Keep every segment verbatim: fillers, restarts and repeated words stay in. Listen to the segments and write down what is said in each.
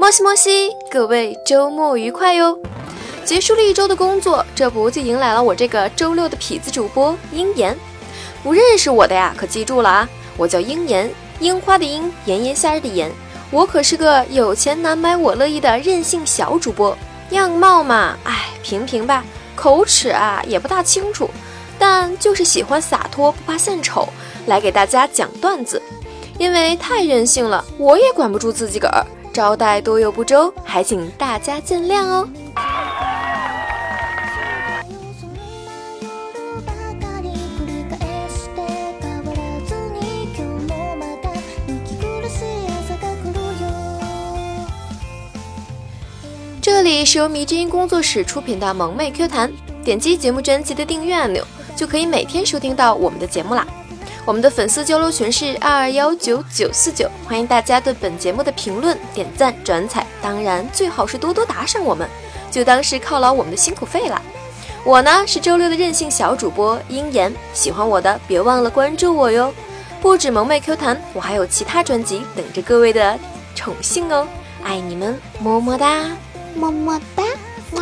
摩西摩西，各位周末愉快哟！结束了一周的工作，这不就迎来了我这个周六的痞子主播鹰妍。不认识我的呀，可记住了啊，我叫鹰妍，樱花的樱，炎炎夏日的炎。我可是个有钱难买我乐意的任性小主播。样貌嘛，哎，平平吧，口齿啊也不大清楚，但就是喜欢洒脱，不怕献丑，来给大家讲段子。因为太任性了，我也管不住自己个儿，招待多有不周，还请大家见谅哦。这里是由迷之音工作室出品的萌妹 Q 弹，点击节目专辑的订阅按钮，就可以每天收听到我们的节目啦。我们的粉丝交流群是二二幺九九四九，欢迎大家对本节目的评论、点赞、转采，当然最好是多多打赏我们，就当是犒劳我们的辛苦费啦。我呢是周六的任性小主播鹰妍，喜欢我的别忘了关注我哟。不止萌妹 Q 弹，我还有其他专辑等着各位的宠幸哦，爱你们，么么哒。 么么哒，哇！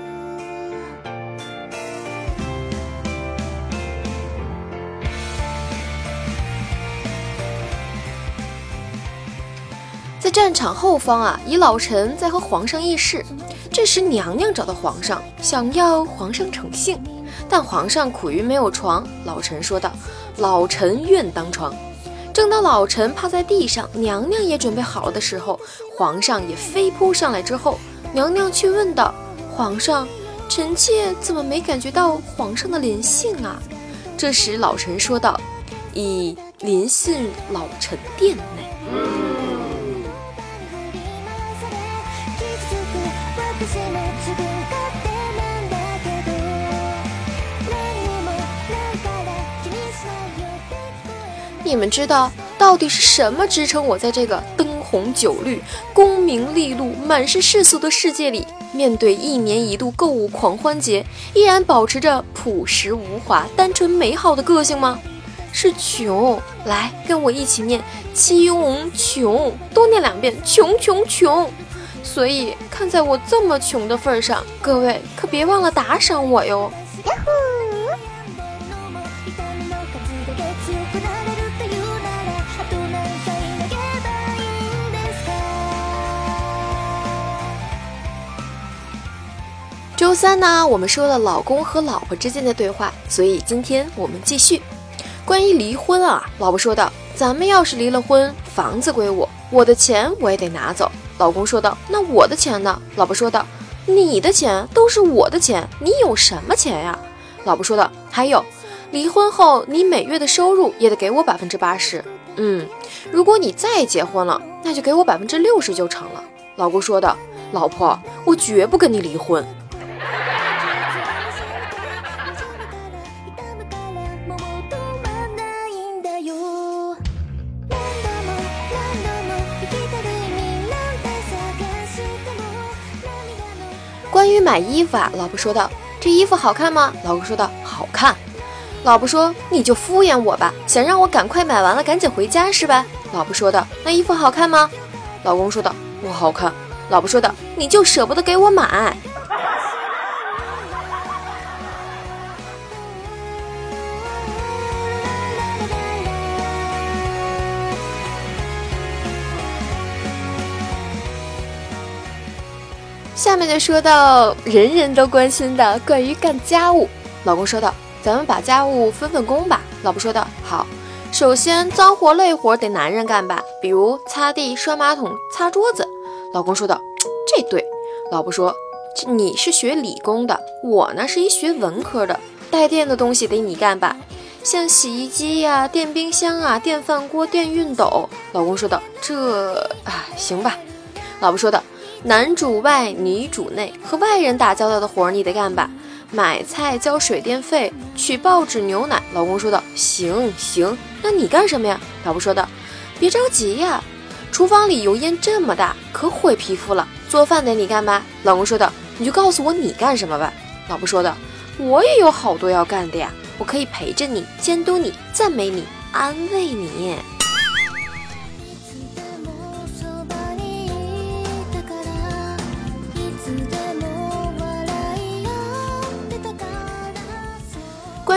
在战场后方啊，乙老臣在和皇上议事。这时娘娘找到皇上，想要皇上宠幸，但皇上苦于没有床。老臣说道：“老臣愿当床。”正当老臣趴在地上，娘娘也准备好了的时候，皇上也飞扑上来之后。娘娘却问道：“皇上，臣妾怎么没感觉到皇上的临幸啊？”这时老臣说道：“已临幸老臣殿内。”你们知道到底是什么支撑我在这个灯红酒绿、功名利禄、满是世俗的世界里，面对一年一度购物狂欢节，依然保持着朴实无华、单纯美好的个性吗？是穷。来，跟我一起念穷穷，多念两遍，穷穷穷。所以看在我这么穷的份上，各位可别忘了打赏我哟。周三呢，我们说了老公和老婆之间的对话，所以今天我们继续关于离婚啊。老婆说道：“咱们要是离了婚，房子归我，我的钱我也得拿走。”老公说道：“那我的钱呢？”老婆说道：“你的钱都是我的钱，你有什么钱呀？”老婆说道：“还有，离婚后你每月的收入也得给我百分之八十。嗯，如果你再结婚了，那就给我百分之六十就成了。”老公说道：“老婆，我绝不跟你离婚。”关于买衣服啊，老婆说道：“这衣服好看吗？”老公说道：“好看。”老婆说：“你就敷衍我吧，想让我赶快买完了赶紧回家是吧？”老婆说道：“那衣服好看吗？”老公说道：“不好看。”老婆说道：“你就舍不得给我买。”下面就说到人人都关心的关于干家务。老公说道：“咱们把家务分分工吧。”老婆说道：“好，首先脏活累活得男人干吧，比如擦地、刷马桶、擦桌子。”老公说道：“这对。”老婆说：“你是学理工的，我呢是一学文科的，带电的东西得你干吧，像洗衣机呀、啊、电冰箱啊、电饭锅、电熨斗。”老公说道：“这啊，行吧。”老婆说道：“男主外女主内，和外人打交道的活你得干吧，买菜、交水电费、取报纸、牛奶。”老公说道：“行行，那你干什么呀？”老婆说道：“别着急呀，厨房里油烟这么大，可毁皮肤了，做饭得你干吧。”老公说道：“你就告诉我你干什么吧。”老婆说道：“我也有好多要干的呀，我可以陪着你，监督你，赞美你，安慰你。”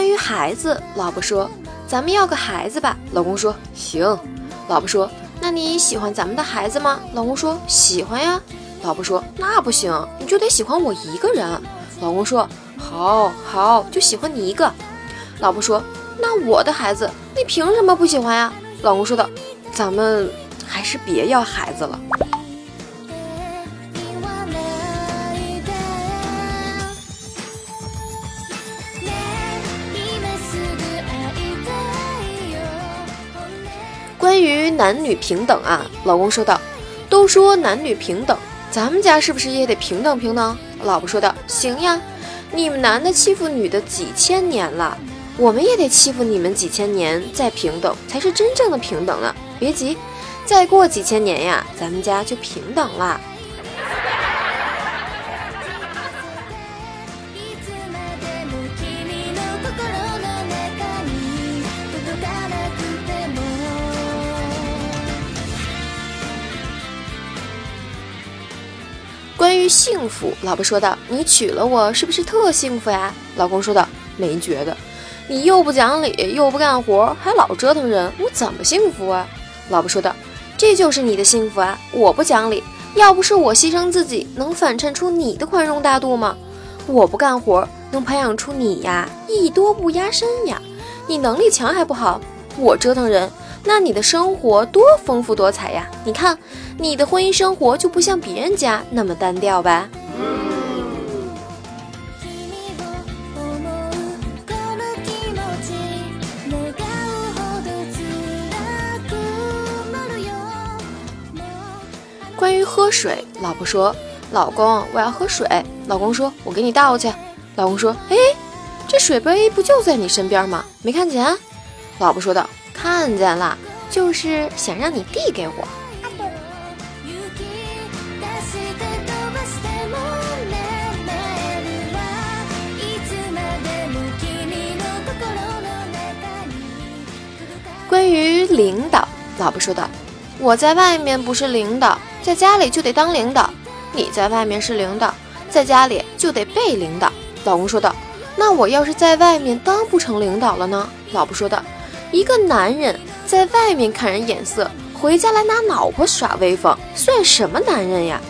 关于孩子，老婆说咱们要个孩子吧，老公说行。老婆说那你喜欢咱们的孩子吗？老公说喜欢呀。老婆说那不行，你就得喜欢我一个人。老公说好好，就喜欢你一个。老婆说那我的孩子你凭什么不喜欢呀？老公说道咱们还是别要孩子了。关于男女平等啊，老公说道都说男女平等，咱们家是不是也得平等平等？老婆说道行呀，你们男的欺负女的几千年了，我们也得欺负你们几千年，再平等才是真正的平等呢。别急，再过几千年呀，咱们家就平等了。关于幸福，老婆说道你娶了我是不是特幸福呀？老公说道没觉得，你又不讲理又不干活还老折腾人，我怎么幸福啊？老婆说道这就是你的幸福啊，我不讲理，要不是我牺牲自己，能反衬出你的宽容大度吗？我不干活能培养出你呀，艺多不压身呀。你能力强还不好，我折腾人，那你的生活多丰富多彩呀。你看你的婚姻生活就不像别人家那么单调吧。关于喝水，老婆说老公我要喝水。老公说我给你倒去。老公说哎，这水杯不就在你身边吗？没看见？老婆说道看见了，就是想让你递给我。关于领导，老婆说道我在外面不是领导，在家里就得当领导，你在外面是领导，在家里就得被领导。老公说道那我要是在外面当不成领导了呢？老婆说道一个男人在外面看人眼色，回家来拿老婆耍威风，算什么男人呀？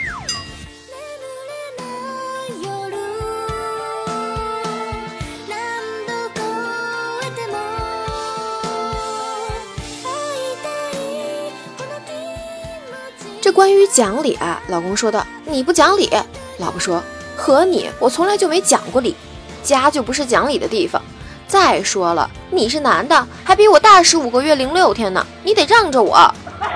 这关于讲理啊，老公说道你不讲理。老婆说和你我从来就没讲过理，家就不是讲理的地方。再说了，你是男的，还比我大十五个月零六天呢，你得让着我。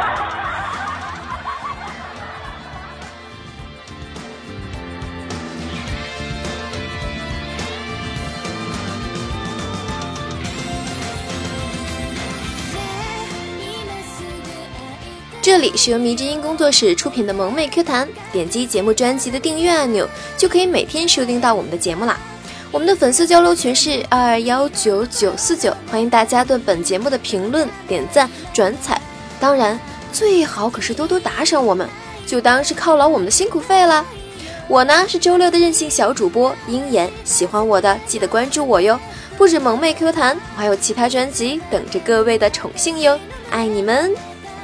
这里是由迷之音工作室出品的萌妹 Q 弹，点击节目专辑的订阅按钮，就可以每天收听到我们的节目啦。我们的粉丝交流群是二二幺九九四九，欢迎大家对本节目的评论、点赞、转采，当然最好可是多多打赏我们，就当是犒劳我们的辛苦费啦。我呢是周六的任性小主播鹰眼，喜欢我的记得关注我哟。不止萌妹 Q 弹，我还有其他专辑等着各位的宠幸哟，爱你们。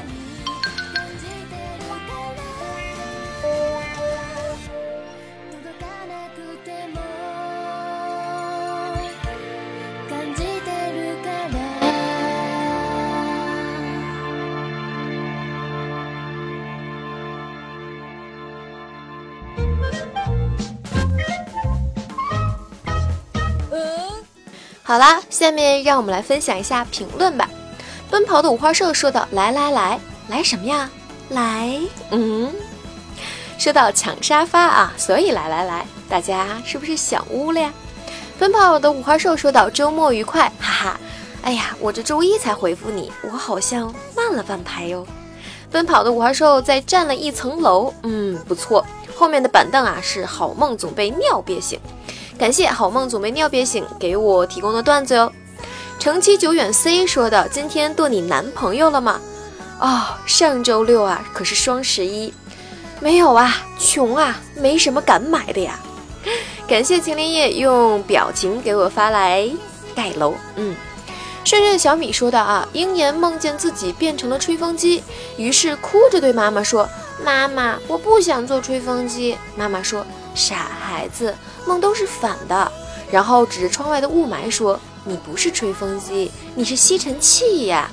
好啦，下面让我们来分享一下评论吧。奔跑的五花兽说道来来来来什么呀？来嗯，说到抢沙发啊，所以来来来，大家是不是想污了呀？奔跑的五花兽说道周末愉快，哈哈。哎呀，我这周一才回复你，我好像慢了半拍哟。奔跑的五花兽在占了一层楼，嗯，不错。后面的板凳啊是好梦总被尿憋醒，感谢好梦总被尿憋醒给我提供的段子哟。城期久远 C 说的今天剁你男朋友了吗？哦，上周六啊可是双十一，没有啊，穷啊，没什么敢买的呀。感谢秦林叶用表情给我发来盖楼。嗯，睡睡的小米说道啊，鹰眼梦见自己变成了吹风机，于是哭着对妈妈说，妈妈，我不想做吹风机。妈妈说，傻孩子，梦都是反的。然后指着窗外的雾霾说，你不是吹风机，你是吸尘器呀。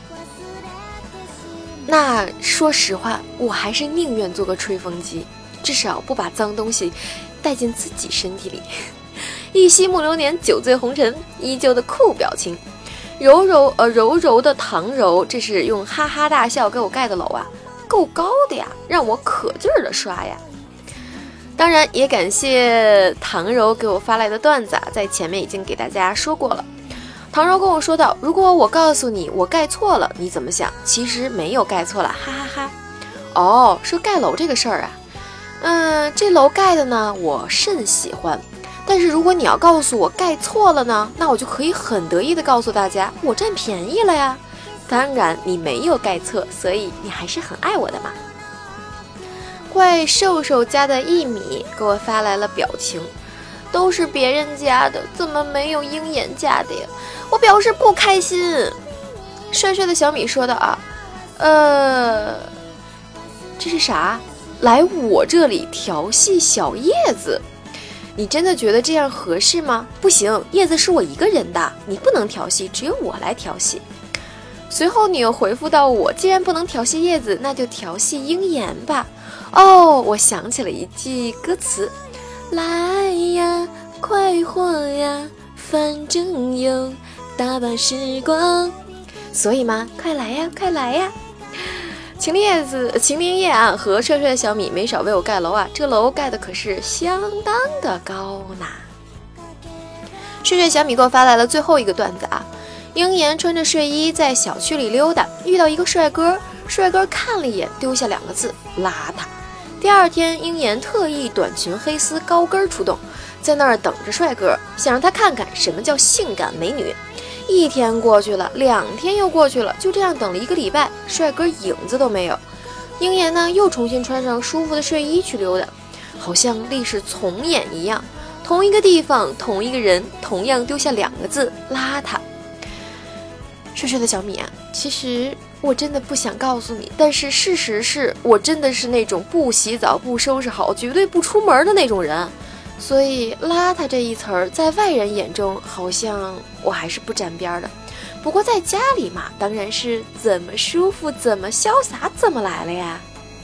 那说实话，我还是宁愿做个吹风机，至少不把脏东西带进自己身体里。一夕暮流年，酒醉红尘，依旧的酷表情。柔柔呃柔柔的唐柔，这是用哈哈大笑给我盖的楼啊，够高的呀，让我可劲儿的刷呀。当然也感谢唐柔给我发来的段子啊，在前面已经给大家说过了。唐柔跟我说道，如果我告诉你我盖错了，你怎么想？其实没有盖错了，哈哈哈。哦，说盖楼这个事儿啊，嗯，这楼盖的呢我甚喜欢，但是如果你要告诉我盖错了呢，那我就可以很得意的告诉大家我占便宜了呀。当然你没有盖错，所以你还是很爱我的嘛。怪瘦瘦家的一米给我发来了表情，都是别人家的，怎么没有鹰眼家的呀？我表示不开心。帅帅的小米说的啊，呃，这是啥？来我这里调戏小叶子，你真的觉得这样合适吗？不行，叶子是我一个人的，你不能调戏，只有我来调戏。随后你又回复到我，既然不能调戏叶子，那就调戏鹰眼吧。哦，我想起了一句歌词，来呀，快活呀，反正有大把时光，所以嘛，快来呀，快来呀！秦林叶子、秦林叶啊和帅帅的小米没少为我盖楼啊，这楼盖的可是相当的高呢。帅帅小米给我发来了最后一个段子啊，鹰眼穿着睡衣在小区里溜达，遇到一个帅哥，帅哥看了一眼，丢下两个字，邋遢。第二天，鹰眼特意短裙黑丝高跟出动，在那儿等着帅哥，想让他看看什么叫性感美女。一天过去了，两天又过去了，就这样等了一个礼拜，帅哥影子都没有。鹰眼呢，又重新穿上舒服的睡衣去溜达，好像历史重演一样，同一个地方，同一个人，同样丢下两个字，邋遢。帅帅的小米啊，其实我真的不想告诉你，但是事实是我真的是那种不洗澡不收拾好绝对不出门的那种人，所以邋遢这一词儿在外人眼中好像我还是不沾边的，不过在家里嘛，当然是怎么舒服怎么潇洒怎么来了呀。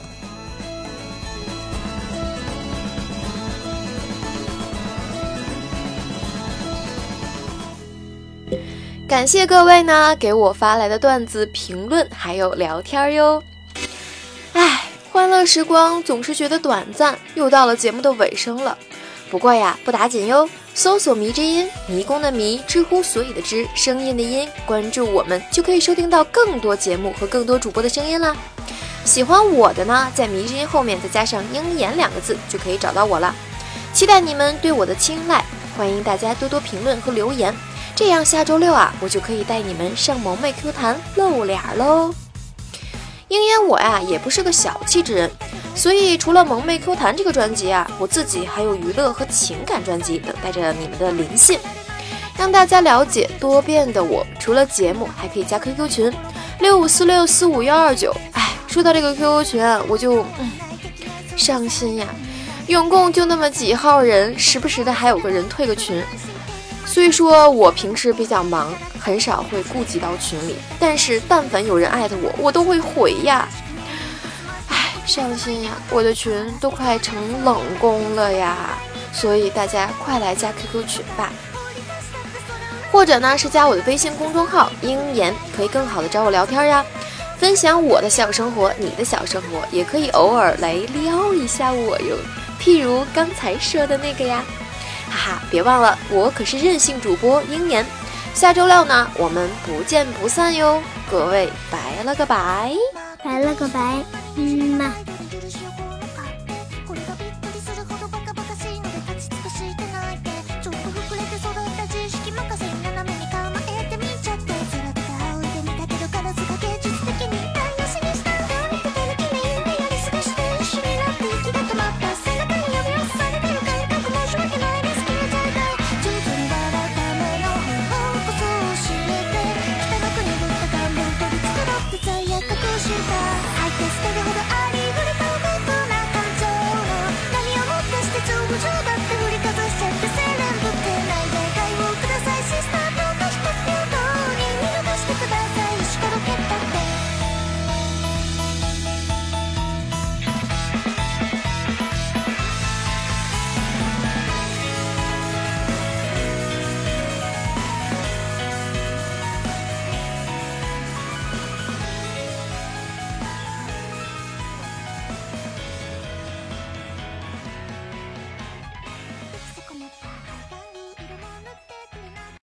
感谢各位呢给我发来的段子评论还有聊天哟。唉，欢乐时光总是觉得短暂，又到了节目的尾声了。不过呀，不打紧哟，搜索迷之音，迷宫的迷，知乎所以的知，声音的音，关注我们就可以收听到更多节目和更多主播的声音啦。喜欢我的呢，在迷之音后面再加上鹰眼两个字就可以找到我了。期待你们对我的青睐，欢迎大家多多评论和留言，这样下周六啊，我就可以带你们上萌妹 Q 弹露脸喽。鹰眼我呀也不是个小气之人，所以除了萌妹 Q 弹这个专辑啊，我自己还有娱乐和情感专辑等待着你们的临幸，让大家了解多变的我。除了节目，还可以加 Q Q 群六五四六四五幺二九。哎，说到这个 Q Q 群啊，我就嗯伤心呀，总共就那么几号人，时不时的还有个人退个群。虽说我平时比较忙，很少会顾及到群里，但是但凡有人艾特我，我都会回呀。唉，伤心呀，我的群都快成冷宫了呀，所以大家快来加 Q Q 群吧，或者呢是加我的微信公众号鹰眼，可以更好的找我聊天呀，分享我的小生活，你的小生活，也可以偶尔来撩一下我哟，譬如刚才说的那个呀。哈哈，别忘了，我可是任性主播鹰眼，下周六呢，我们不见不散哟！各位，拜了个拜， 拜了个拜，嗯嘛。